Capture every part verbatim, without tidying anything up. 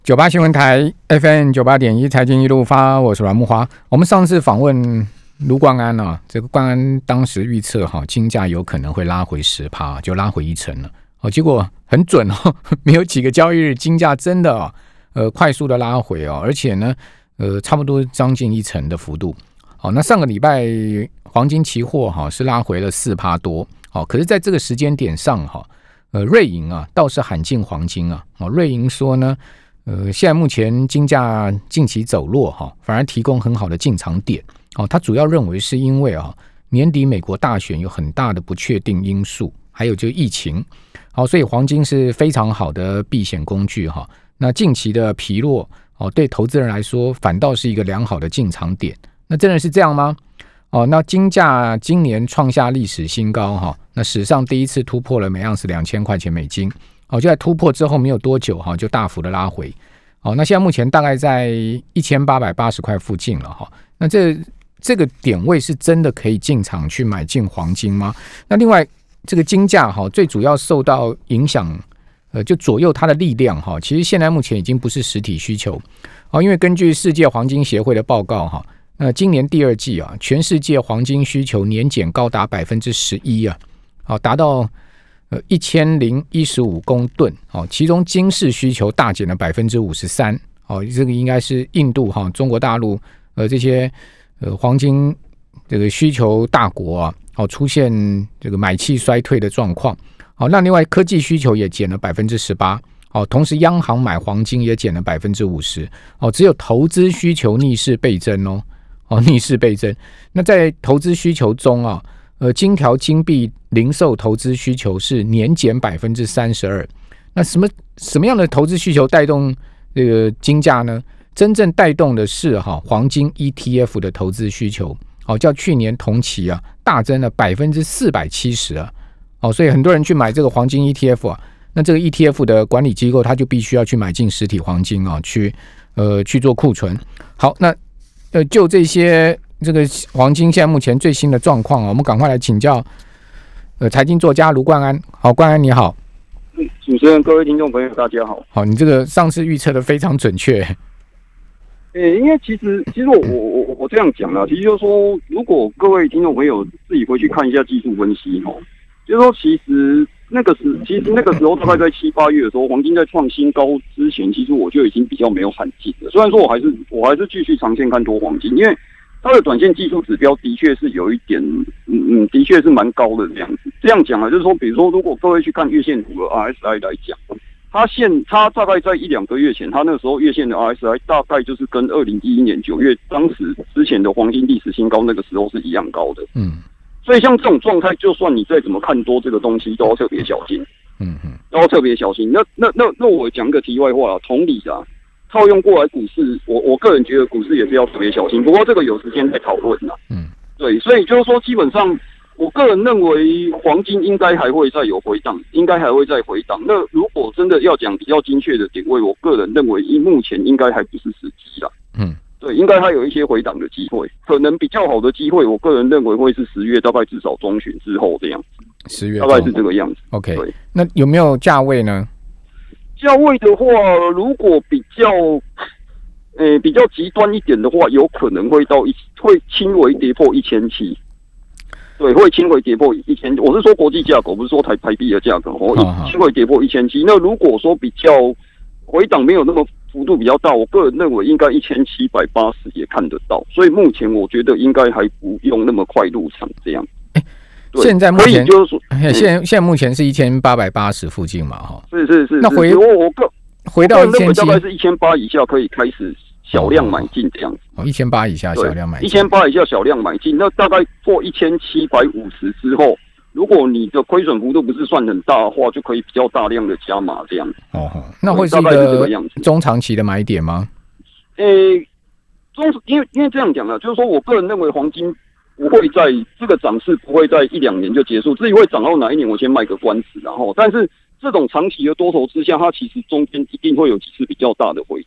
九八新闻台 F M 九八点一财经一路发，我是阮木华。我们上次访问卢冠安啊，这个冠安当时预测哈，金价有可能会拉回十趴，就拉回一成了。哦，结果很准哦，没有几个交易日，金价真的哦，呃，快速的拉回哦，而且呢，呃，差不多将近一成的幅度。好，那上个礼拜黄金期货哈是拉回了四趴多，好，可是在这个时间点上哈，呃，瑞银啊倒是喊进黄金啊，哦，瑞银说呢。呃，现在目前金价近期走弱哈，反而提供很好的进场点。哦，他主要认为是因为啊年底美国大选有很大的不确定因素，还有就是疫情。好，所以黄金是非常好的避险工具哈。那近期的疲弱哦，对投资人来说反倒是一个良好的进场点。那真的是这样吗？哦，那金价今年创下历史新高哈，那史上第一次突破了每盎司两千块钱美金。哦，就在突破之后没有多久哈，就大幅的拉回。哦，那现在目前大概在一千八百八十块附近了哈。那这这个点位是真的可以进场去买进黄金吗？那另外这个金价哈，最主要受到影响，呃，就左右它的力量哈。其实现在目前已经不是实体需求，哦，因为根据世界黄金协会的报告哈，那今年第二季啊，全世界黄金需求年减高达百分之十一啊，好，达到。呃，一千零一十五公吨，哦，其中金市需求大减了百分之五十三，哦，这个应该是印度哈、中国大陆呃这些呃黄金这个需求大国啊，哦出现这个买气衰退的状况，好，那另外科技需求也减了百分之十八，哦，同时央行买黄金也减了百分之五十，哦，只有投资需求逆势倍增哦，哦逆势倍增，那在投资需求中啊。呃，金条、金币零售投资需求是年减百分之三十二。那什么什么样的投资需求带动这个金价呢？真正带动的是哈黄金 E T F 的投资需求，哦，较去年同期啊大增了百分之四百七十啊。哦，所以很多人去买这个黄金 E T F 啊，那这个 E T F 的管理机构他就必须要去买进实体黄金啊，去呃去做库存。好，那呃就这些。这个黄金现在目前最新的状况，我们赶快来请教呃财经作家卢冠安。好，冠安你好。 主持人、各位听众朋友，大家好。 好，你这个上次预测的非常准确。 诶、欸，因为其实其实我我我我这样讲啦，其实就是说，如果各位听众朋友自己回去看一下技术分析哦，就是说其实那个时其实那个时候大概在七八月的时候，黄金在创新高之前，其实我就已经比较没有喊进了。虽然说我还是我还是继续长线看多黄金，因为它的短线技术指标的确是有一点，嗯嗯，的确是蛮高的这样子。这样讲啊，就是说，比如说，如果各位去看月线图的 R S I 来讲，它现它大概在一两个月前，它那个时候月线的 R S I 大概就是跟二零一一年九月当时之前的黄金历史新高那个时候是一样高的。嗯，所以像这种状态，就算你再怎么看多这个东西，都要特别小心。嗯嗯，都要特别小心。那那那那我讲个题外话啦，同理啊。套用过来股市，我我个人觉得股市也是要特别小心。不过这个有时间再讨论啦。嗯，对，所以就是说，基本上，我个人认为黄金应该还会再有回档，应该还会再回档。那如果真的要讲比较精确的点位，我个人认为目前应该还不是时机啦。嗯，对，应该还有一些回档的机会，可能比较好的机会，我个人认为会是十月，大概至少中旬之后这样子。 十月大概是这个样子。 OK， 对，那有没有价位呢？ 价位的话，如果比较，呃，比较极端一点的话，有可能会到一会轻微跌破一千七，对，会轻微跌破一千。我是说国际价格，不是说台台币的价格，哦，轻微跌破一千七。那如果说比较回档没有那么幅度比较大，我个人认为应该一千七百八十也看得到。所以目前我觉得应该还不用那么快入场这样。 现在目前就是说， 现在现在目前是一千八百八十附近嘛，哈， 是是是。 那回我我个回到一千七， 大概是一千八以下可以开始小量买进这样子。 哦，一千八以下小量买进， 一千八以下小量买进。那大概过一千七百五十之后，如果你的亏损幅度不是算很大的话，就可以比较大量的加码这样。 哦，那会是一个中长期的买点吗？ 诶、欸，中因为因为这样讲啊，就是说我个人认为黄金。不会在这个涨势不会在一两年就结束，至于会涨到哪一年，我先卖个关子。然后，但是这种长期的多头之下，它其实中间一定会有几次比较大的回档。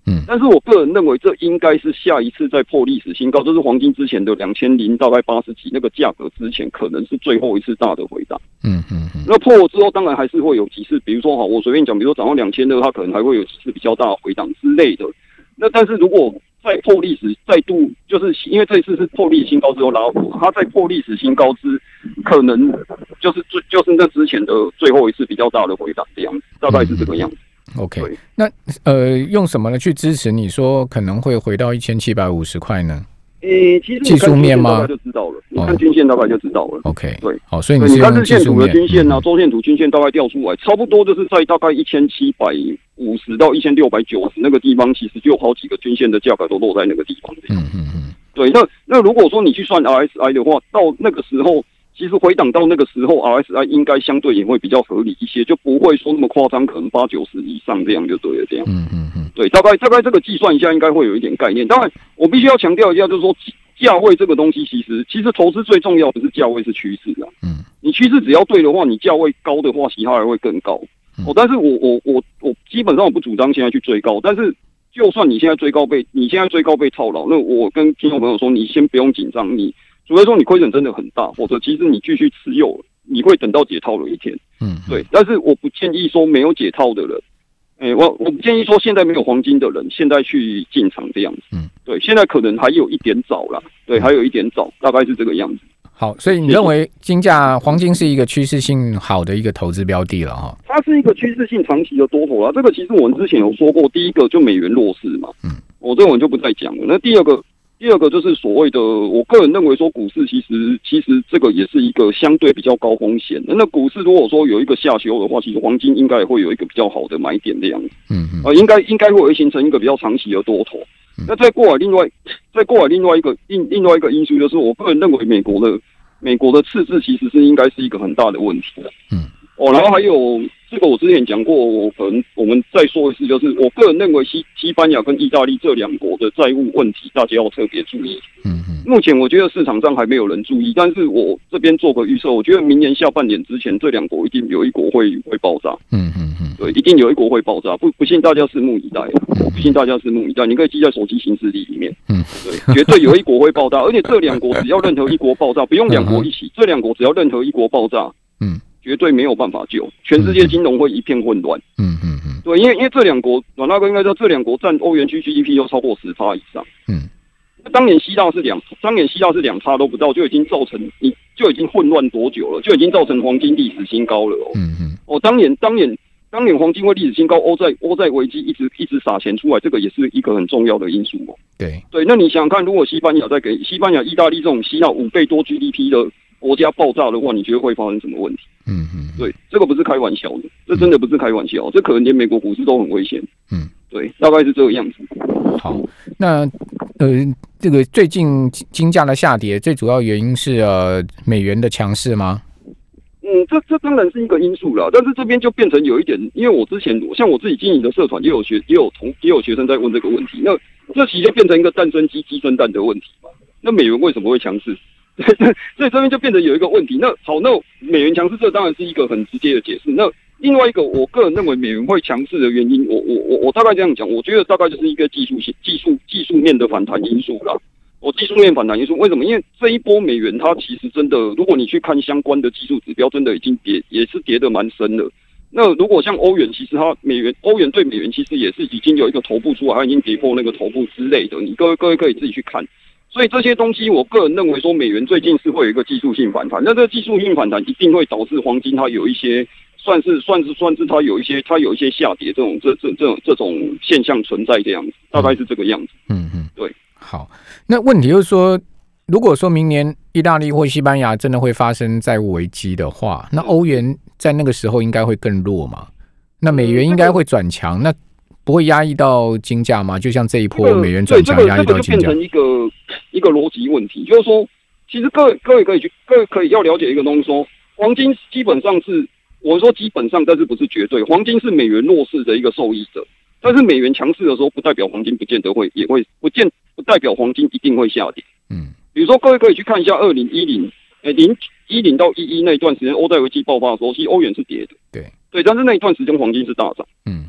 嗯，但是我个人认为这应该是下一次再破历史新高，这是黄金之前的两千零大概八十几那个价格之前，可能是最后一次大的回档。嗯嗯嗯。那破了之后，当然还是会有几次，比如说好，我随便讲，比如说涨到两千二，它可能还会有几次比较大的回档之类的。那但是如果再破历史再度，就是因为这一次是破历史新高之后拉回，它再破历史新高之，可能就是最就是那之前的最后一次比较大的回档的样子，大概是这个样子。 OK， 那呃，用什么呢去支持你说可能会回到一千七百五十块呢？ 诶，其实技术面吗？ 大概就知道了，你看均线大概就知道了。 OK， 对， 好，所以你是看日线图的均线啊， 嗯、 周线图均线大概调出来，差不多就是在大概一千七百五十到一千六百九十那个地方，其实就有好几个均线的价格都落在那个地方。嗯嗯嗯。对，那那如果说你去算 R S I 的话，到那个时候。其实回档到那个时候 ，R S I 应该相对也会比较合理一些，就不会说那么夸张，可能八九十以上这样就对了。这样，嗯嗯嗯，对，大概大概这个计算一下，应该会有一点概念。当然，我必须要强调一下，就是说价位这个东西，其实其实投资最重要的是价位是趋势啊。嗯，你趋势只要对的话，你价位高的话，其他还会更高。哦，但是我我我我基本上我不主张现在去追高，但是就算你现在追高被你现在追高被套牢，那我跟听众朋友说，你先不用紧张，你。除非说你亏损真的很大，或者其实你继续持有，你会等到解套的一天。嗯，对。但是我不建议说没有解套的人，哎、欸，我我不建议说现在没有黄金的人现在去进场这样子。嗯，对。现在可能还有一点早啦，对，还有一点早，大概是这个样子。 好，所以你认为金价黄金是一个趋势性好的一个投资标的了哈？ 它是一个趋势性长期的多头啦。这个其实我们之前有说过，第一个就美元弱势嘛，嗯，我这个我就不再讲了。那第二个。第二个就是所谓的，我个人认为说股市其实其实这个也是一个相对比较高风险的。那股市如果说有一个下修的话，其实黄金应该也会有一个比较好的买点这样子。嗯嗯。呃，应该应该会形成一个比较长期的多头。那再过来另外再过来另外一个另另外一个因素就是，我个人认为美国的美国的赤字其实是应该是一个很大的问题的。嗯。哦，然后还有这个我之前讲过，我可能我们再说一次，就是我个人认为西西班牙跟意大利这两国的债务问题，大家要特别注意。嗯嗯。目前我觉得市场上还没有人注意，但是我这边做个预测，我觉得明年下半年之前，这两国一定有一国会会爆炸。嗯嗯嗯。对，一定有一国会爆炸，不不信大家拭目以待。我不信大家拭目以待，你可以记在手机行事历里面。嗯。对，绝对有一国会爆炸，而且这两国只要任何一国爆炸，不用两国一起，这两国只要任何一国爆炸，嗯。绝对没有办法救，全世界金融会一片混乱。嗯嗯嗯，对，因为因为这两国，阮大哥应该知道，这两国占欧元区 G D P 都超过十趴以上。嗯，当年希腊是两，当年希腊是两趴都不到，就已经造成你就已经混乱多久了，就已经造成黄金历史新高了哦。嗯嗯，哦，当年当年当年黄金会历史新高，欧债欧债危机一直一直撒钱出来，这个也是一个很重要的因素哦。 对对，那你想想看，如果西班牙再给西班牙、意大利这种希腊五倍多 G D P 的国家爆炸的话，你觉得会发生什么问题？嗯嗯，对，这个不是开玩笑的，这真的不是开玩笑，这可能连美国股市都很危险。嗯，对，大概是这个样子。 好，那呃，这个最近金价的下跌，最主要原因是呃美元的强势吗？ 嗯，这这当然是一个因素啦，但是这边就变成有一点，因为我之前像我自己经营的社团也有学也有同也有学生在问这个问题，那这其实就变成一个蛋生鸡鸡生蛋的问题嘛。那美元为什么会强势？所以这边就变得有一个问题。那好，那美元强势这当然是一个很直接的解释。那另外一个，我个人认为美元会强势的原因，我我我我大概这样讲，我觉得大概就是一个技术性、技术技术面的反弹因素啦。我技术面反弹因素为什么？因为这一波美元它其实真的，如果你去看相关的技术指标，真的已经跌，也是跌得蛮深了。那如果像欧元，其实它美元欧元对美元其实也是已经有一个头部出来，它已经跌破那个头部之类的。你各位各位可以自己去看。所以这些东西，我个人认为说，美元最近是会有一个技术性反弹。那这个技术性反弹一定会导致黄金它有一些，算是算是算是它有一些它有一些下跌这种这这这种这种现象存在这样子，大概是这个样子。嗯嗯，对。 好，那问题就是说，如果说明年意大利或西班牙真的会发生债务危机的话，那欧元在那个时候应该会更弱嘛？那美元应该会转强，那不会压抑到金价吗？就像这一波美元转强压抑到金价， 这个就变成一个一个逻辑问题，就是说，其实各位各位可以去，各位可以要了解一个东西说，黄金基本上是我说基本上，但是不是绝对，黄金是美元弱势的一个受益者，但是美元强势的时候，不代表黄金不见得会也会不见不代表黄金一定会下跌。嗯，比如说各位可以去看一下二零一零，哎零一零到一一那一段时间，欧债危机爆发的时候，其实欧元是跌的， 对对， 但是那一段时间黄金是大涨。嗯嗯。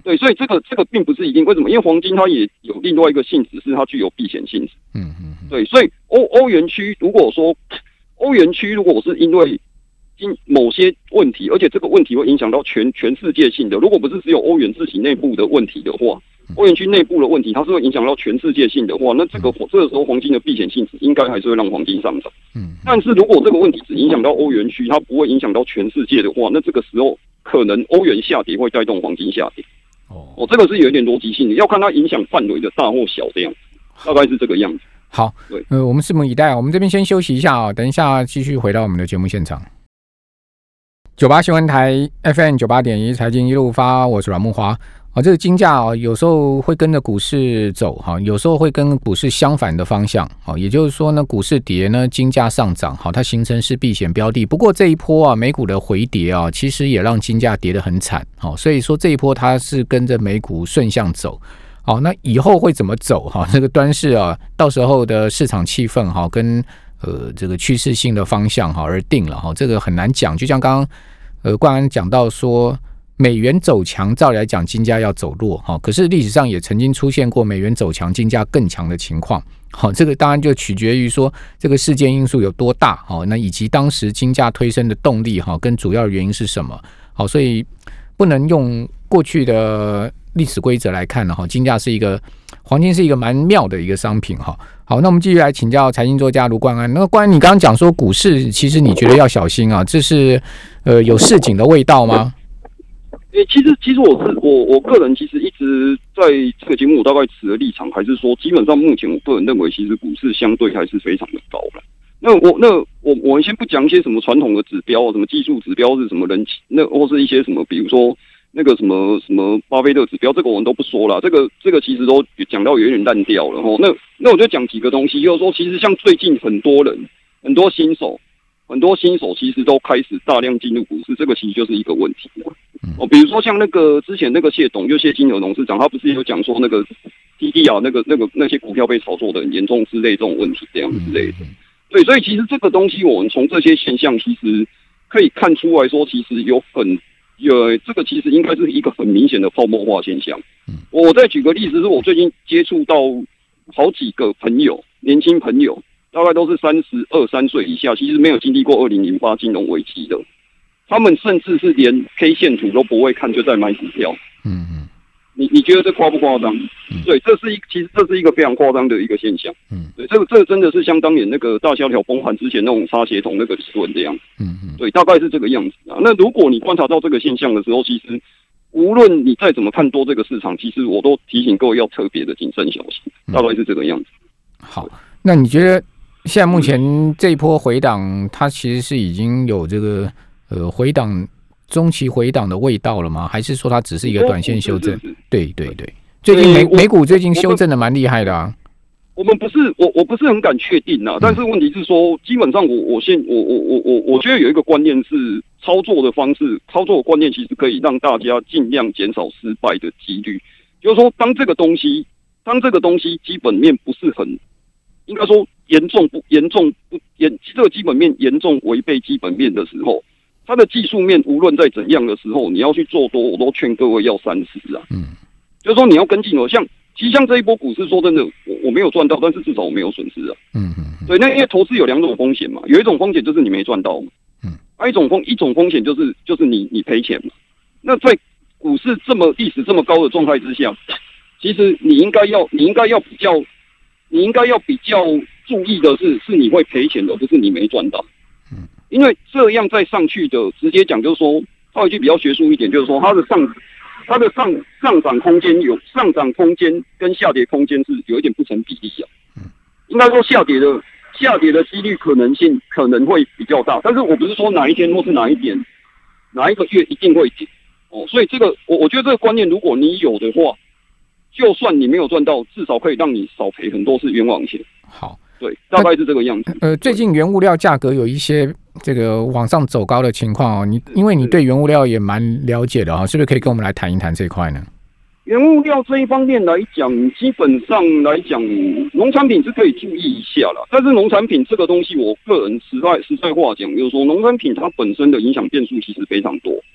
对，所以这个这个并不是一定。为什么？因为黄金它也有另外一个性质，是它具有避险性质。 嗯嗯嗯。 对，所以欧欧元区如果说欧元区如果我是因为因某些问题，而且这个问题会影响到全全世界性的，如果不是只有欧元自己内部的问题的话，欧元区内部的问题它是会影响到全世界性的话，那这个这个时候黄金的避险性质应该还是会让黄金上涨。嗯，但是如果这个问题只影响到欧元区，它不会影响到全世界的话，那这个时候可能欧元下跌会带动黄金下跌。哦，这个是有一点逻辑性的，要看它影响范围的大或小这样，大概是这个样子。 好，对，呃，我们拭目以待。我们这边先休息一下啊，等一下继续回到我们的节目现场。九八新闻台 F M 九八点一财经一路发，我是阮木华。哦，这个金价哦，有时候会跟着股市走哈，有时候会跟股市相反的方向。好，也就是说呢，股市跌呢，金价上涨，好，它形成是避险标的。不过这一波啊，美股的回跌啊，其实也让金价跌得很惨。好，所以说这一波它是跟着美股顺向走。好，那以后会怎么走哈？这个端视啊，到时候的市场气氛哈，跟呃这个趋势性的方向哈而定了哈，这个很难讲。就像刚刚呃冠安讲到说，美元走强，照理来讲金价要走弱哈，可是历史上也曾经出现过美元走强，金价更强的情况。好，这个当然就取决于说这个事件因素有多大好，那以及当时金价推升的动力哈，跟主要的原因是什么？好，所以不能用过去的历史规则来看呢，哈，金价是一个黄金是一个蛮妙的一个商品哈。好，那我们继续来请教财经作家卢冠安。那个冠安，你刚刚讲说股市其实你觉得要小心啊，这是呃有市井的味道吗？ 诶、欸，其实其实我是我我个人其实一直在这个节目我大概持的立场还是说，基本上目前我个人认为，其实股市相对还是非常的高了。那我那我我们先不讲一些什么传统的指标，什么技术指标是什么人气，那或是一些什么，比如说那个什么什么巴菲特指标，这个我们都不说了。这个这个其实都讲到有点烂掉了哈。那那我就讲几个东西，就是说，其实像最近很多人很多新手。很多新手其实都开始大量进入股市，这个其实就是一个问题哦。比如说像那个之前那个谢董，就谢金河董事长，他不是有讲说那个 T D R 那个那个那些股票被炒作的很严重之类这种问题，这样之类的。对，所以其实这个东西，我们从这些现象其实可以看出来说，其实有很有这个其实应该是一个很明显的泡沫化现象。我再举个例子，是我最近接触到好几个朋友，年轻朋友。大概都是三十二三岁以下，其实没有经历过二零零八金融危机的，他们甚至是连 K 线图都不会看，就在买股票。嗯嗯，你你觉得这夸不夸张？嗯、对，这是一其实这是一个非常夸张的一个现象。嗯，对，这个这个真的是相当于那个大萧条崩盘之前那种杀血统那个理论这样。嗯嗯，对，大概是这个样子啊。那如果你观察到这个现象的时候，其实无论你再怎么看多这个市场，其实我都提醒各位要特别的谨慎小心，大概是这个样子。 好，那你觉得？现在目前这一波回档，它其实是已经有这个呃回档中期回档的味道了吗？还是说它只是一个短线修正？对对对，最近美美股最近修正的蛮厉害的啊。 我们不是我我不是很敢确定啊，但是问题是说，基本上我我现我我我我我觉得有一个观念是操作的方式，操作的观念其实可以让大家尽量减少失败的几率。就是说，当这个东西当这个东西基本面不是很。应该说严重不严重不严，这个基本面严重违背基本面的时候，它的技术面无论在怎样的时候，你要去做多，我都劝各位要三思啊。嗯，就是说你要跟进哦，像其实像这一波股市，说真的，我我没有赚到，但是至少我没有损失啊。嗯嗯，对，那因为投资有两种风险嘛，有一种风险就是你没赚到嘛，嗯，还有一种风一种风险就是就是你你赔钱嘛。那在股市这么历史这么高的状态之下，其实你应该要你应该要比较。你应该要比较注意的是，是你会赔钱的，不是你没赚到。嗯，因为这样再上去的，直接讲就是说，套一句比较学术一点，就是说它的上它的上上涨空间有上涨空间跟下跌空间是有一点不成比例啊。嗯，应该说下跌的下跌的几率可能性可能会比较大，但是我不是说哪一天或是哪一点哪一个月一定会跌哦，所以这个我我觉得这个观念，如果你有的话。就算你没有赚到，至少可以让你少赔很多是冤枉钱。 好， 对，大概是这个样子。 呃，最近原物料价格有一些这个往上走高的情况哦，你因为你对原物料也蛮了解的啊、哦，是不是可以跟我们来谈一谈这一块呢？ 原物料这一方面来讲，基本上来讲，农产品是可以注意一下啦。但是农产品这个东西，我个人实在实在话讲，就是说，农产品它本身的影响变数其实非常多。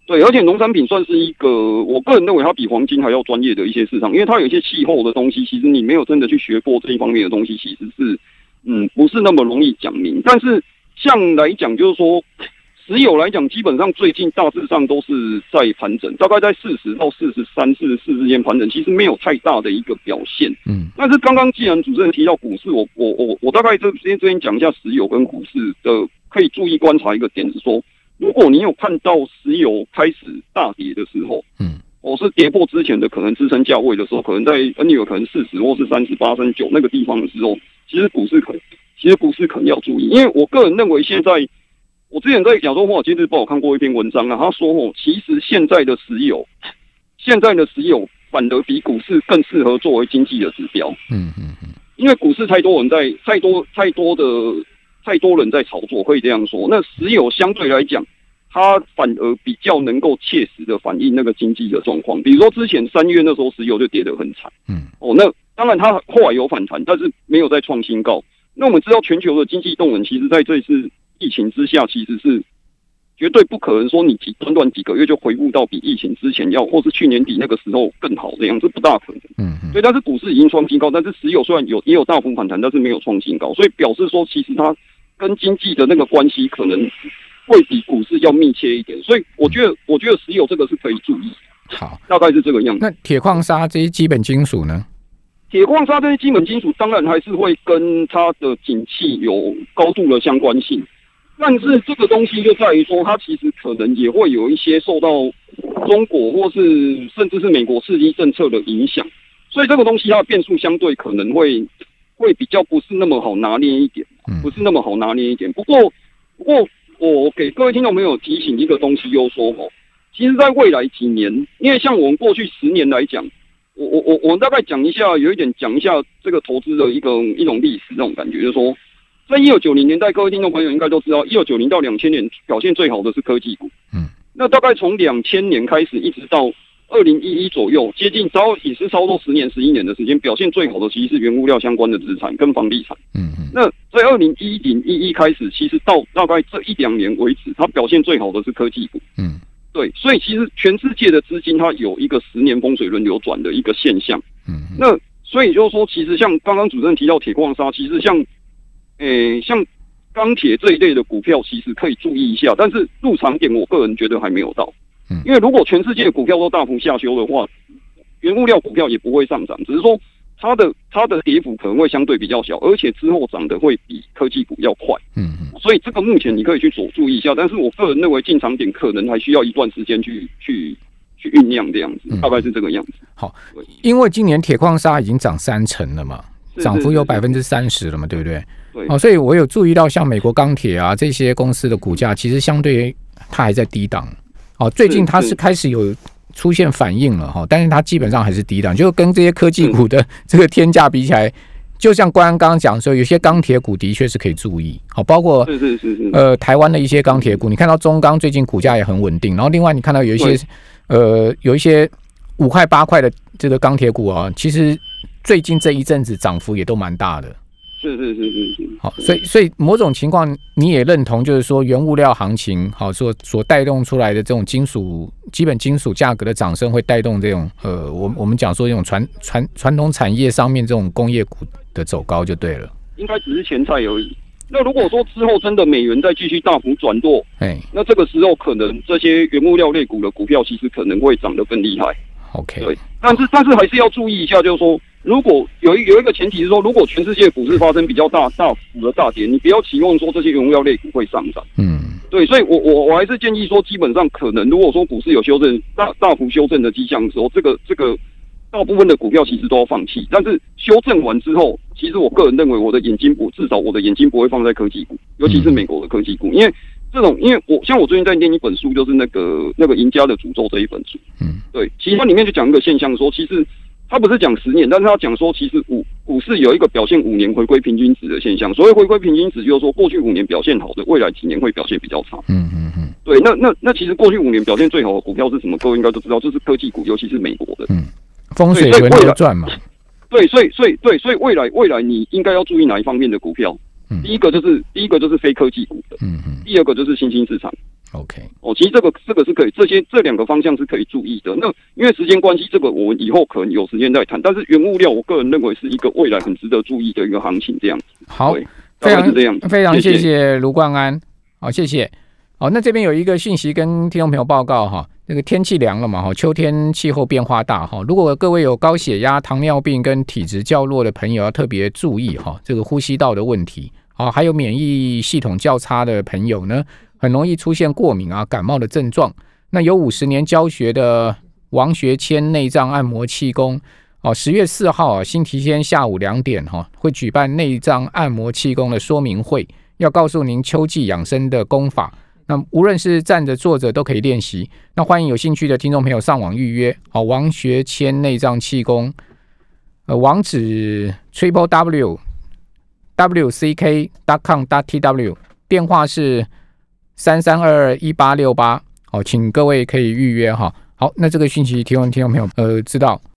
对，而且农产品算是一个，我个人认为它比黄金还要专业的一些市场，因为它有一些气候的东西，其实你没有真的去学过这一方面的东西，其实是嗯不是那么容易讲明。但是像来讲，就是说石油来讲，基本上最近大致上都是在盘整，大概在四十到四十三、四十四之间盘整，其实没有太大的一个表现。嗯，但是刚刚既然主持人提到股市，我我我我大概这边这边讲一下石油跟股市的可以注意观察一个点是说。如果你有看到石油开始大跌的时候，嗯，我是跌破之前的可能支撑价位的时候，可能在 N 有可能四十或是三十八、三十九那个地方的时候，其实股市可其实股市可能要注意，因为我个人认为现在，我之前在亚洲华尔街日报看过一篇文章啊，他说哦，其实现在的石油，现在的石油反而比股市更适合作为经济的指标，嗯嗯嗯，因为股市太多人在太多太多的。太多人在炒作，可以这样说。那石油相对来讲，它反而比较能够切实的反映那个经济的状况。比如说之前三月那时候，石油就跌得很惨，嗯，哦，那当然它后来有反弹，但是没有再创新高。那我们知道全球的经济动能，其实在这次疫情之下，其实是绝对不可能说你短短几个月就回复到比疫情之前要，或是去年底那个时候更好这样，这不大可能。嗯，对，但是股市已经创新高，但是石油虽然有也有大幅反弹，但是没有创新高，所以表示说其实它。跟经济的那个关系可能会比股市要密切一点，所以我觉得，我觉得石油这个是可以注意。 好， 大概是这个样子。 那铁矿砂这些基本金属呢？ 铁矿砂这些基本金属当然还是会跟它的景气有高度的相关性，但是这个东西就在于说，它其实可能也会有一些受到中国或是甚至是美国刺激政策的影响，所以这个东西它的变数相对可能会。会比较不是那么好拿捏一点，不是那么好拿捏一点。不过，不过我给各位听众朋友提醒一个东西，就是说哦，其实在未来几年，因为像我们过去十年来讲，我我我我大概讲一下，有一点讲一下这个投资的一个一种历史这种感觉，就是说，在一九九零年代，各位听众朋友应该都知道，一九九零到两千年表现最好的是科技股，嗯，那大概从两千年开始一直到。二零一一左右，接近超也是超过十年、十一年的时间，表现最好的其实是原物料相关的资产跟房地产。嗯嗯。那在二零一零一一开始，其实到大概这一两年为止，它表现最好的是科技股。嗯，对，所以其实全世界的资金它有一个十年风水轮流转的一个现象。嗯，那所以就是说，其实像刚刚主持人提到铁矿砂，其实像，诶、欸，像钢铁这一类的股票，其实可以注意一下，但是入场点我个人觉得还没有到。因为如果全世界的股票都大幅下修的话，原物料股票也不会上涨，只是说它的它的跌幅可能会相对比较小，而且之后涨的会比科技股要快。嗯，所以这个目前你可以去做注意一下，但是我个人认为进场点可能还需要一段时间去去去酝酿这样子，大概是这个样子。 好，因为今年铁矿砂已经涨三成了嘛，涨幅有百分之三十了嘛，对不对？对。哦，所以我有注意到像美国钢铁啊这些公司的股价，其实相对它还在低档。哦，最近它是开始有出现反应了哈，但是它基本上还是低档，就跟这些科技股的这个天价比起来，就像关安刚刚讲说，有些钢铁股的确是可以注意，好，包括是是是是呃台湾的一些钢铁股，你看到中钢最近股价也很稳定，然后另外你看到有一些呃有一些五块八块的这个钢铁股啊，其实最近这一阵子涨幅也都蛮大的。 是是是是是， 好，所以所以某种情况你也认同，就是说原物料行情好所所带动出来的这种金属基本金属价格的涨升，会带动这种呃，我我们讲说这种传传传统产业上面这种工业股的走高就对了。 应该只是前菜而已。那如果说之后真的美元再继续大幅转弱，哎，那这个时候可能这些原物料类股的股票其实可能会涨得更厉害。 OK， 对，但是但是还是要注意一下，就是说。如果有一有一个前提是说，如果全世界股市发生比较大大幅的大跌，你不要期望说这些原物料类股会上涨。嗯，对，所以我我我还是建议说，基本上可能如果说股市有修正大大幅修正的迹象的时候，这个这个大部分的股票其实都要放弃。但是修正完之后，其实我个人认为我的眼睛不至少我的眼睛不会放在科技股，尤其是美国的科技股，因为这种因为我像我最近在念一本书，就是那个那个赢家的诅咒这一本书。嗯，对，其实它里面就讲一个现象说，其实。他不是讲十年，但是他讲说，其实股股市有一个表现五年回归平均值的现象。所谓回归平均值，就是说过去五年表现好的，未来几年会表现比较差。嗯嗯嗯。对，那那那其实过去五年表现最好的股票是什么？各位应该都知道，就是科技股，尤其是美国的。嗯。 风水轮流转嘛。 对，所以所以对，所以未来未来你应该要注意哪一方面的股票？嗯。第一个就是第一个就是非科技股的。嗯嗯。第二个就是新兴市场。 OK， 哦，其实这个这个是可以，这些这两个方向是可以注意的。那因为时间关系，这个我们以后可能有时间再谈。但是原物料，我个人认为是一个未来很值得注意的一个行情，这样子。 好， 非常这样， 非常谢谢卢冠安，好，谢谢。好，那这边有一个讯息跟听众朋友报告哈，那个天气凉了嘛，哈，秋天气候变化大哈，如果各位有高血压、糖尿病跟体质较弱的朋友，要特别注意哈，这个呼吸道的问题，好，还有免疫系统较差的朋友呢，很容易出现过敏啊、感冒的症状。那有五十年教学的王学谦内脏按摩气功，哦，十月四号啊，星期天下午两点哈，会举办内脏按摩气功的说明会，要告诉您秋季养生的功法。那无论是站着坐着都可以练习，那欢迎有兴趣的听众朋友上网预约。好，王学谦内脏气功，呃，网址 triple w w c k dot com dot t w， 电话是三三二二一八六八。好，请各位可以预约哈。好，那这个讯息提供听众朋友呃知道。